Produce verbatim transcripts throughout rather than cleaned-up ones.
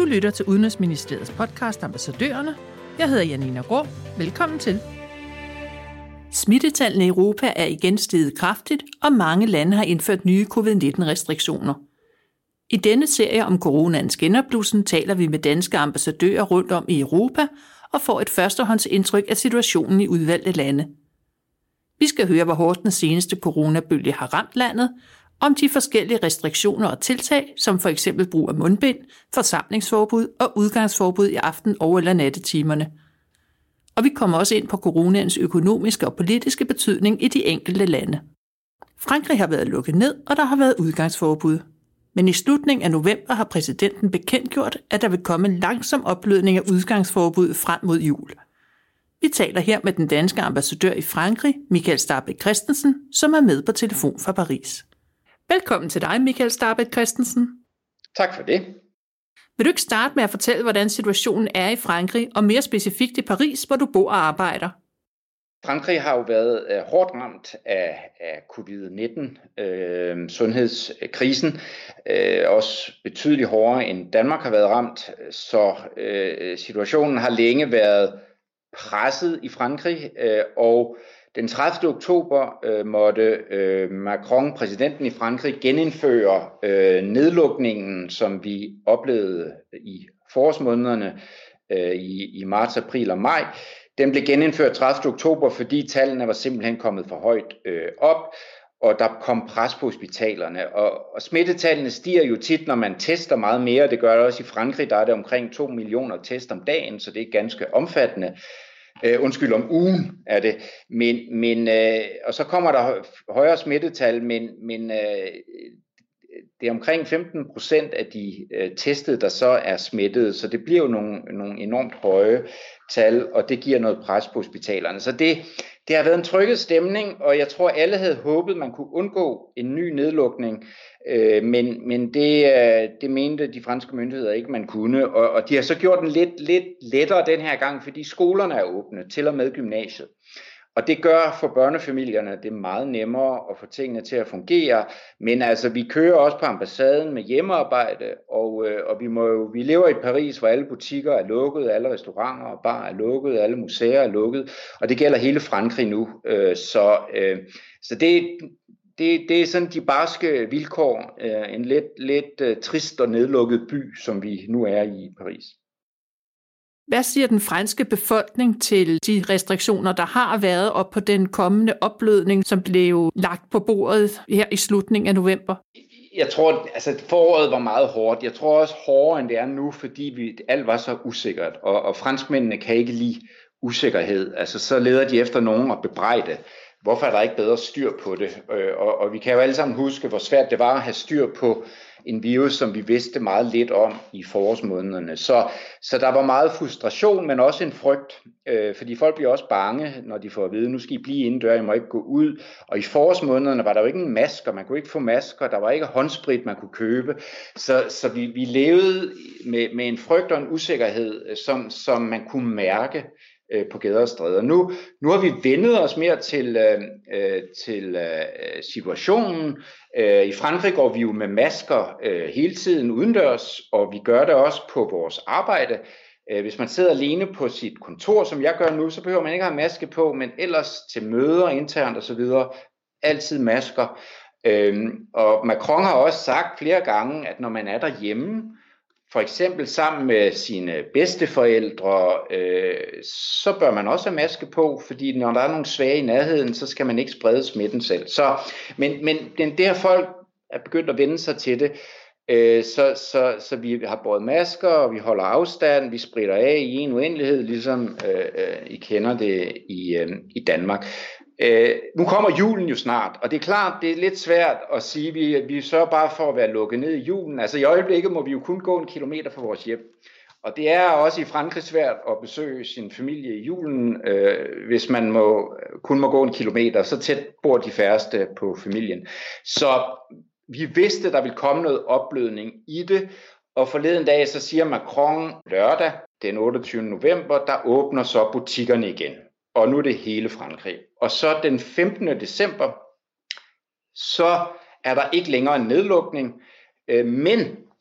Du lytter til Udenrigsministeriets podcast Ambassadørerne. Jeg hedder Janina Grå. Velkommen til. Smittetallene i Europa er igen steget kraftigt, og mange lande har indført nye covid nitten restriktioner. I denne serie om coronaens genopblussen taler vi med danske ambassadører rundt om i Europa og får et førstehåndsindtryk af situationen i udvalgte lande. Vi skal høre, hvor hårdt den seneste coronabølge har ramt landet, om de forskellige restriktioner og tiltag, som for eksempel brug af mundbind, forsamlingsforbud og udgangsforbud i aften- og eller nattetimerne. Og vi kommer også ind på coronaens økonomiske og politiske betydning i de enkelte lande. Frankrig har været lukket ned, og der har været udgangsforbud. Men i slutningen af november har præsidenten bekendtgjort, at der vil komme en langsom opblødning af udgangsforbud frem mod jul. Vi taler her med den danske ambassadør i Frankrig, Michael Starbæk Christensen, som er med på telefon fra Paris. Velkommen til dig, Michael Starbæk Christensen. Tak for det. Vil du ikke starte med at fortælle, hvordan situationen er i Frankrig, og mere specifikt i Paris, hvor du bor og arbejder? Frankrig har jo været øh, hårdt ramt af, af covid nitten, øh, sundhedskrisen, øh, også betydeligt hårdere end Danmark har været ramt, så øh, situationen har længe været presset i Frankrig, øh, og den tredivte oktober øh, måtte øh, Macron, præsidenten i Frankrig, genindføre øh, nedlukningen, som vi oplevede i forårsmånederne øh, i, i marts, april og maj. Den blev genindført tredivte oktober, fordi tallene var simpelthen kommet for højt øh, op, og der kom pres på hospitalerne. Og, og smittetallene stiger jo tit, når man tester meget mere. Det gør det også i Frankrig, der er det omkring to millioner test om dagen, så det er ganske omfattende. Uh, undskyld, om ugen er det, men, men, uh, og så kommer der højere smittetal, men, men uh, det er omkring femten procent af de uh, testede, der så er smittede, så det bliver jo nogle, nogle enormt høje tal, og det giver noget pres på hospitalerne. Så det, det har været en trykket stemning, og jeg tror, alle havde håbet, man kunne undgå en ny nedlukning, øh, men, men det, det mente de franske myndigheder ikke, man kunne, og, og de har så gjort den lidt, lidt lettere den her gang, fordi skolerne er åbne, til og med gymnasiet. Og det gør for børnefamilierne det meget nemmere at få tingene til at fungere, men altså vi kører også på ambassaden med hjemmearbejde, og, øh, og vi, må jo, vi lever i Paris, hvor alle butikker er lukket, alle restauranter og bar er lukket, alle museer er lukket, og det gælder hele Frankrig nu. Øh, så øh, så det, det, det er sådan de barske vilkår, øh, en lidt, lidt øh, trist og nedlukket by, som vi nu er i Paris. Hvad siger den franske befolkning til de restriktioner, der har været, op på den kommende opblødning, som blev lagt på bordet her i slutningen af november? Jeg tror, altså foråret var meget hårdt. Jeg tror også hårdere, end det er nu, fordi vi, alt var så usikkert. Og, og franskmændene kan ikke lide usikkerhed. Altså så leder de efter nogen at bebrejde. Hvorfor er der ikke bedre styr på det? Og, og vi kan jo alle sammen huske, hvor svært det var at have styr på en virus, som vi vidste meget lidt om i forårsmånederne. Så, så der var meget frustration, men også en frygt, øh, fordi folk bliver også bange, når de får at vide, nu skal I blive indendør, I må ikke gå ud. Og i forårsmånederne var der jo ikke en masker, man kunne ikke få masker, der var ikke håndsprit, man kunne købe. Så, så vi, vi levede med, med en frygt og en usikkerhed, som, som man kunne mærke på gader og stræder. Nu, nu har vi vendet os mere til, øh, til øh, situationen. Øh, I Frankrig går vi jo med masker øh, hele tiden udendørs, og vi gør det også på vores arbejde. Øh, hvis man sidder alene på sit kontor, som jeg gør nu, så behøver man ikke have maske på, men ellers til møder internt osv. altid masker. Øh, og Macron har også sagt flere gange, at når man er derhjemme, for eksempel sammen med sine bedsteforældre, øh, så bør man også have maske på, fordi når der er nogle svage i nærheden, så skal man ikke sprede smitten selv. Så, men, men det her folk er begyndt at vende sig til det, øh, så, så, så vi har båret masker, og vi holder afstand, vi spritter af i en uendelighed, ligesom øh, øh, I kender det i, øh, i Danmark. Øh, nu kommer julen jo snart, og det er klart, det er lidt svært at sige, vi, vi sørger bare for at være lukket ned i julen. Altså i øjeblikket må vi jo kun gå en kilometer fra vores hjem, og det er også i Frankrig svært at besøge sin familie i julen, øh, hvis man må, kun må gå en kilometer, så tæt bor de færreste på familien. Så vi vidste, der ville komme noget opblødning i det, og forleden dag så siger Macron lørdag den otteogtyvende november, der åbner så butikkerne igen. Og nu er det hele Frankrig. Og så den femtende december, så er der ikke længere en nedlukning, men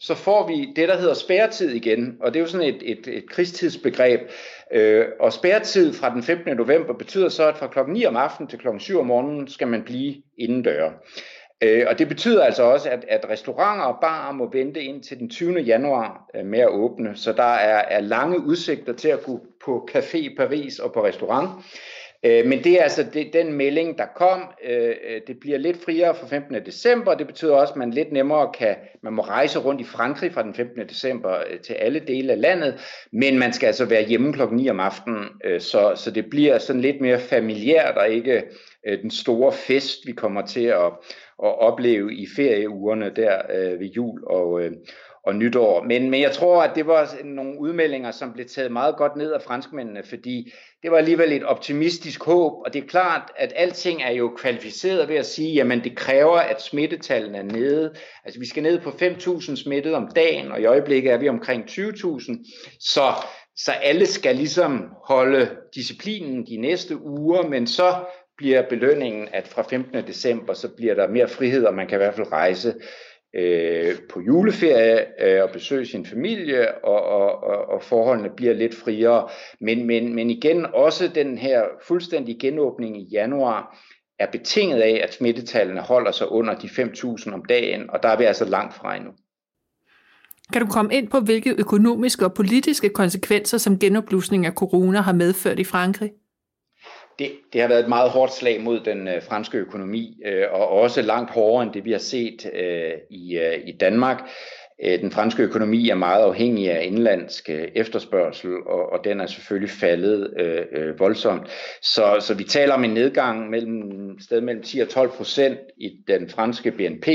så får vi det, der hedder spærretid igen, og det er jo sådan et, et, et krigstidsbegreb. Øh, og spærretid fra den femtende november betyder så, at fra klokken ni om aftenen til klokken syv om morgenen skal man blive indendør. Øh, og det betyder altså også, at, at restauranter og barer må vente ind til den tyvende januar øh, med at åbne, så der er, er lange udsigter til at gå på café i Paris og på restaurant. Men det er altså det, den melding, der kom. Det bliver lidt friere fra femtende december. Det betyder også, at man lidt nemmere kan, man må rejse rundt i Frankrig fra den femtende december til alle dele af landet. Men man skal altså være hjemme klokken ni om aftenen, så, så det bliver sådan lidt mere familiært og ikke den store fest, vi kommer til at, at opleve i ferieugerne der ved jul og og nytår. Men, men jeg tror, at det var nogle udmeldinger, som blev taget meget godt ned af franskmændene, fordi det var alligevel et optimistisk håb, og det er klart, at alting er jo kvalificeret ved at sige, jamen det kræver, at smittetallene er nede. Altså vi skal ned på fem tusind smittede om dagen, og i øjeblikket er vi omkring tyve tusind, så, så alle skal ligesom holde disciplinen de næste uger, men så bliver belønningen, at fra femtende december, så bliver der mere frihed, og man kan i hvert fald rejse på juleferie øh, og besøge sin familie, og, og, og, og forholdene bliver lidt friere. Men, men, men igen, også den her fuldstændige genåbning i januar er betinget af, at smittetallene holder sig under de fem tusind om dagen, og der er vi altså langt fra endnu. Kan du komme ind på, hvilke økonomiske og politiske konsekvenser, som genopblusning af corona har medført i Frankrig? Det, det har været et meget hårdt slag mod den øh, franske økonomi, øh, og også langt hårdere end det, vi har set øh, i, øh, i Danmark. Øh, den franske økonomi er meget afhængig af indlandsk øh, efterspørgsel, og, og den er selvfølgelig faldet øh, øh, voldsomt. Så, så vi taler om en nedgang mellem sted mellem ti og tolv procent i den franske B N P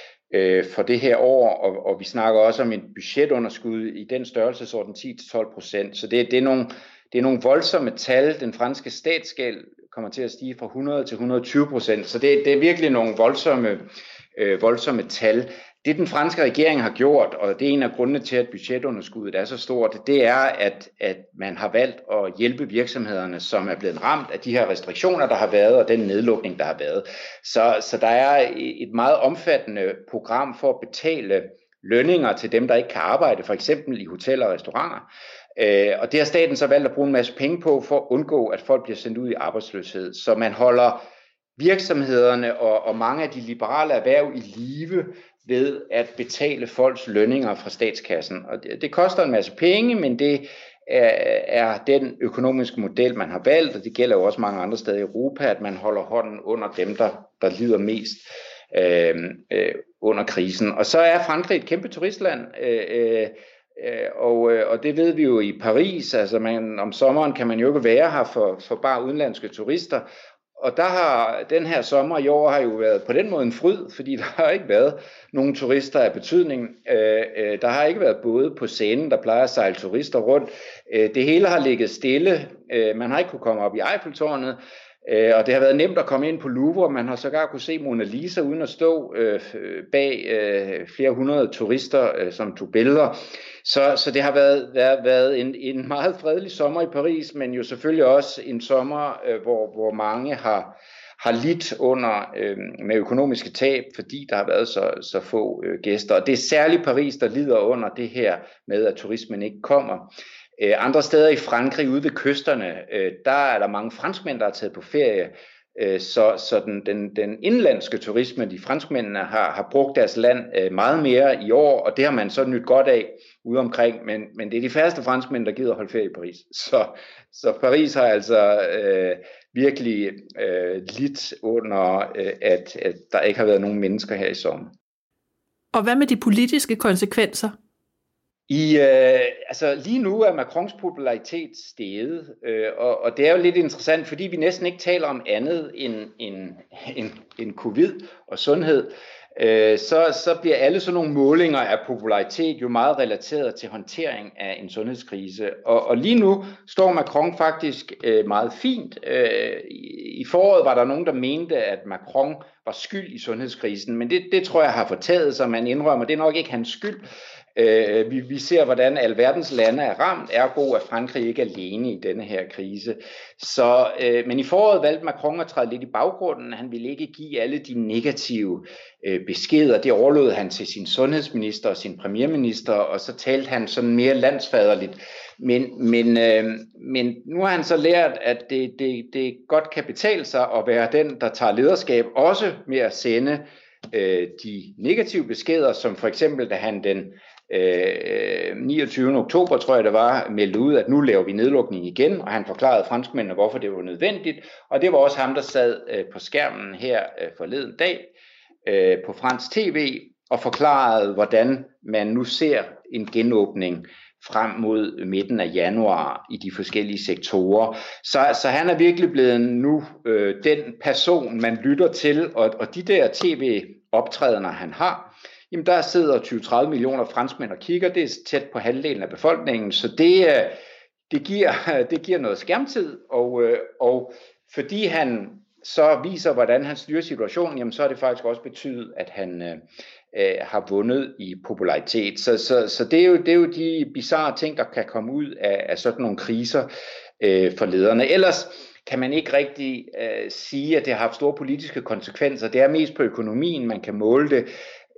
øh, for det her år, og, og vi snakker også om et budgetunderskud i den størrelsesorden ti til tolv procent. Så det, det er nogle Det er nogle voldsomme tal. Den franske statsgæld kommer til at stige fra hundrede til et hundrede og tyve procent, så det, det er virkelig nogle voldsomme, øh, voldsomme tal. Det den franske regering har gjort, og det er en af grundene til, at budgetunderskuddet er så stort, det er, at, at man har valgt at hjælpe virksomhederne, som er blevet ramt af de her restriktioner, der har været, og den nedlukning, der har været. Så, så der er et meget omfattende program for at betale lønninger til dem, der ikke kan arbejde, for eksempel i hoteller og restauranter. Øh, og det har staten så valgt at bruge en masse penge på, for at undgå, at folk bliver sendt ud i arbejdsløshed. Så man holder virksomhederne og, og mange af de liberale erhverv i live ved at betale folks lønninger fra statskassen. Og det, det koster en masse penge, men det er, er den økonomiske model, man har valgt, og det gælder jo også mange andre steder i Europa, at man holder hånden under dem, der, der lider mest øh, øh, under krisen. Og så er Frankrig et kæmpe turistland, øh, øh, Og, og det ved vi jo i Paris, altså man, om sommeren kan man jo ikke være her for, for bare udenlandske turister, og der har den her sommer i år har jo været på den måde en fryd, fordi der har ikke været nogen turister af betydning. Øh, øh, der har ikke været både på scenen, der plejer at sejle turister rundt. Øh, det hele har ligget stille. Øh, man har ikke kunne komme op i Eiffeltårnet. Øh, og det har været nemt at komme ind på Louvre. Man har sågar kunne se Mona Lisa uden at stå øh, bag øh, flere hundrede turister, øh, som tog billeder. Så, så det har været, været, været en, en meget fredelig sommer i Paris, men jo selvfølgelig også en sommer, øh, hvor, hvor mange har, har lidt under øh, med økonomiske tab, fordi der har været så, så få øh, gæster. Og det er særligt Paris, der lider under det her med, at turismen ikke kommer. Andre steder i Frankrig, ude ved kysterne, der er der mange franskmænd, der er taget på ferie. Så, så den, den, den indlandske turisme, de franskmændene har, har brugt deres land meget mere i år, og det har man så nyt godt af ude omkring. Men, men det er de færreste franskmænd, der gider holde ferie i Paris. Så, så Paris har altså øh, virkelig øh, lidt under, øh, at, at der ikke har været nogen mennesker her i sommer. Og hvad med de politiske konsekvenser? I, øh, altså lige nu er Macrons popularitet steget, øh, og, og det er jo lidt interessant, fordi vi næsten ikke taler om andet end, end, end, end covid og sundhed, øh, så, så bliver alle sådan nogle målinger af popularitet jo meget relateret til håndtering af en sundhedskrise. Og, og lige nu står Macron faktisk øh, meget fint. Øh, i, I foråret var der nogen, der mente, at Macron var skyld i sundhedskrisen, men det, det tror jeg har fortaget sig, man indrømmer, det er nok ikke hans skyld. Øh, vi, vi ser, hvordan alverdens lande er ramt, ergo at Frankrig ikke er alene i denne her krise. Så, øh, men i foråret valgte Macron at træde lidt i baggrunden. Han ville ikke give alle de negative øh, beskeder. Det overlod han til sin sundhedsminister og sin premierminister, og så talte han sådan mere landsfaderligt. Men, men, øh, men nu har han så lært, at det, det, det godt kan betale sig at være den, der tager lederskab, også med at sende øh, de negative beskeder, som for eksempel, da han den Øh, niogtyvende oktober, tror jeg det var, meldte ud, at nu laver vi nedlukning igen, og han forklarede franskmændene, hvorfor det var nødvendigt, og det var også ham, der sad øh, på skærmen her øh, forleden dag øh, på fransk tv og forklarede, hvordan man nu ser en genåbning frem mod midten af januar i de forskellige sektorer. Så, så han er virkelig blevet nu øh, den person, man lytter til, og, og de der tv-optrædener, han har, jamen der sidder tyve til tredive millioner franskmænd og kigger, det er tæt på halvdelen af befolkningen, så det, det, giver, det giver noget skærmtid, og, og fordi han så viser, hvordan han styrer situationen, jamen så har det faktisk også betydet, at han øh, har vundet i popularitet. Så, så, så det, er jo, det er jo de bizarre ting, der kan komme ud af, af sådan nogle kriser øh, for lederne. Ellers kan man ikke rigtig øh, sige, at det har haft store politiske konsekvenser. Det er mest på økonomien, man kan måle det.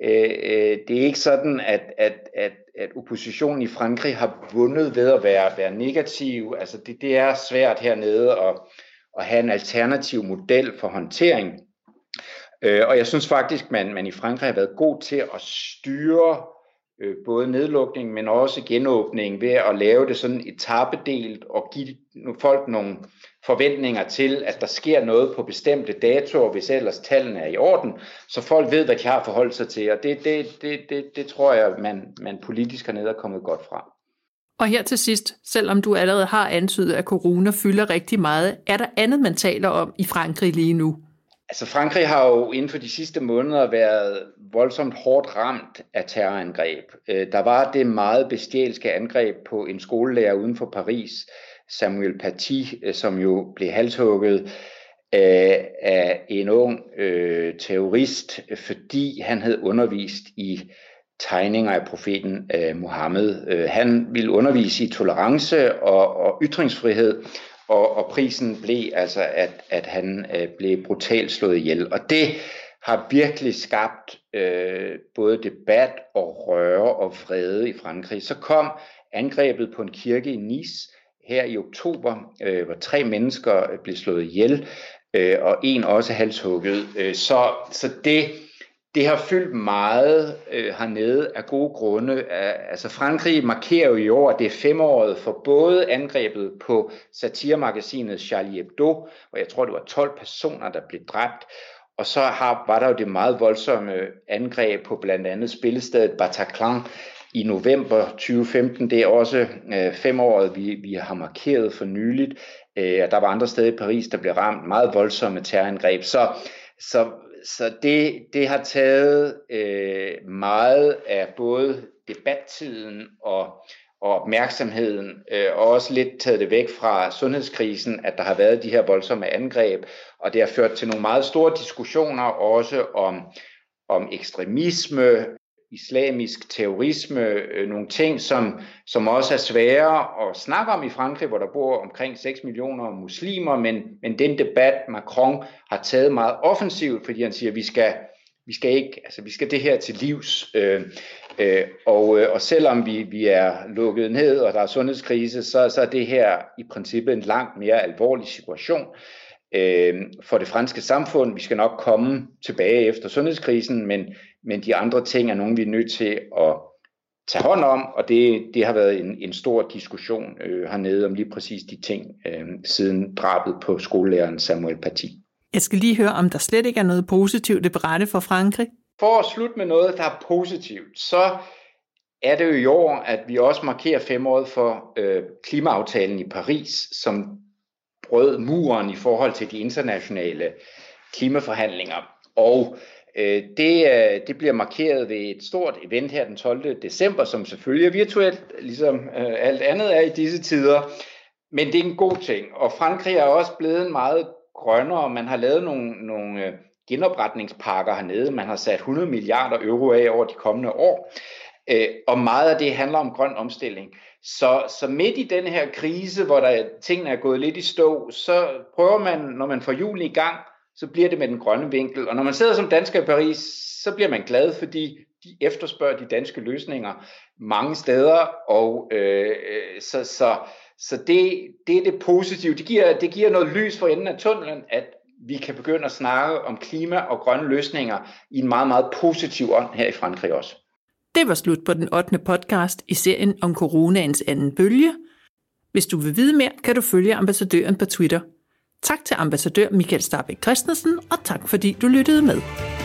Det er ikke sådan, at, at, at, at oppositionen i Frankrig har vundet ved at være, være negativ. Altså det, det er svært hernede at, at have en alternativ model for håndtering. Og jeg synes faktisk, man, man i Frankrig har været god til at styre både nedlukning, men også genåbning ved at lave det sådan etapedelt og give folk nogle forventninger til, at der sker noget på bestemte datoer, hvis ellers tallene er i orden, så folk ved, hvad de har forholdt sig til, og det, det, det, det, det tror jeg, man, man politisk hernede er kommet godt fra. Og her til sidst, selvom du allerede har antydet, at corona fylder rigtig meget, er der andet, man taler om i Frankrig lige nu? Altså Frankrig har jo inden for de sidste måneder været voldsomt hårdt ramt af terrorangreb. Der var det meget bestialske angreb på en skolelærer uden for Paris, Samuel Paty, som jo blev halshugget af en ung øh, terrorist, fordi han havde undervist i tegninger af profeten øh, Mohammed. Øh, han ville undervise i tolerance og, og ytringsfrihed, og, og prisen blev altså, at, at han øh, blev brutalt slået ihjel. Og det har virkelig skabt øh, både debat og røre og vrede i Frankrig. Så kom angrebet på en kirke i Nice her i oktober, øh, hvor tre mennesker blev slået ihjel, øh, og en også halshugget. Øh, så så det, det har fyldt meget øh, hernede af gode grunde. Altså Frankrig markerer jo i år, at det er femåret for både angrebet på satiremagasinet Charlie Hebdo, hvor jeg tror, det var tolv personer, der blev dræbt, og så har, var der jo det meget voldsomme angreb på blandt andet spillestedet Bataclan i november tyve femten. Det er også øh, femåret, vi, vi har markeret for nyligt. Øh, der var andre steder i Paris, der blev ramt meget voldsomme terrorangreb. Så, så, så det, det har taget øh, meget af både debattiden og, og opmærksomheden, øh, og også lidt taget det væk fra sundhedskrisen, at der har været de her voldsomme angreb, og det har ført til nogle meget store diskussioner også om, om ekstremisme, islamisk terrorisme, øh, nogle ting, som, som også er svære at snakke om i Frankrig, hvor der bor omkring seks millioner muslimer, men, men den debat, Macron har taget meget offensivt, fordi han siger, at vi skal, vi skal ikke, altså vi skal det her til livs, øh, øh, og, øh, og selvom vi, vi er lukket ned, og der er sundhedskrise, så, så er det her i princippet en langt mere alvorlig situation øh, for det franske samfund. Vi skal nok komme tilbage efter sundhedskrisen, men Men de andre ting er nogle, vi er nødt til at tage hånd om, og det, det har været en, en stor diskussion øh, hernede om lige præcis de ting, øh, siden drabet på skolelæreren Samuel Paty. Jeg skal lige høre, om der slet ikke er noget positivt at berette for Frankrig? For at slutte med noget, der er positivt, så er det jo i år, at vi også markerer femåret for øh, klimaaftalen i Paris, som brød muren i forhold til de internationale klimaforhandlinger. Og Det, det bliver markeret ved et stort event her den tolvte december, som selvfølgelig er virtuelt, ligesom alt andet er i disse tider. Men det er en god ting, og Frankrig er også blevet meget grønnere. Man har lavet nogle, nogle genopretningspakker hernede. Man har sat hundrede milliarder euro af over de kommende år. Øh, og meget af det handler om grøn omstilling. Så, så midt i den her krise, hvor der tingene er gået lidt i stå, så prøver man, når man får hjulene i gang, så bliver det med den grønne vinkel. Og når man sidder som dansker i Paris, så bliver man glad, fordi de efterspørger de danske løsninger mange steder. Og øh, så, så, så det, det er det positive. Det giver, det giver noget lys for enden af tunnelen, at vi kan begynde at snakke om klima og grønne løsninger i en meget, meget positiv ånd her i Frankrig også. Det var slut på den ottende podcast i serien om coronaens anden bølge. Hvis du vil vide mere, kan du følge ambassadøren på Twitter. Tak til ambassadør Michael Starbæk Christensen, og tak fordi du lyttede med.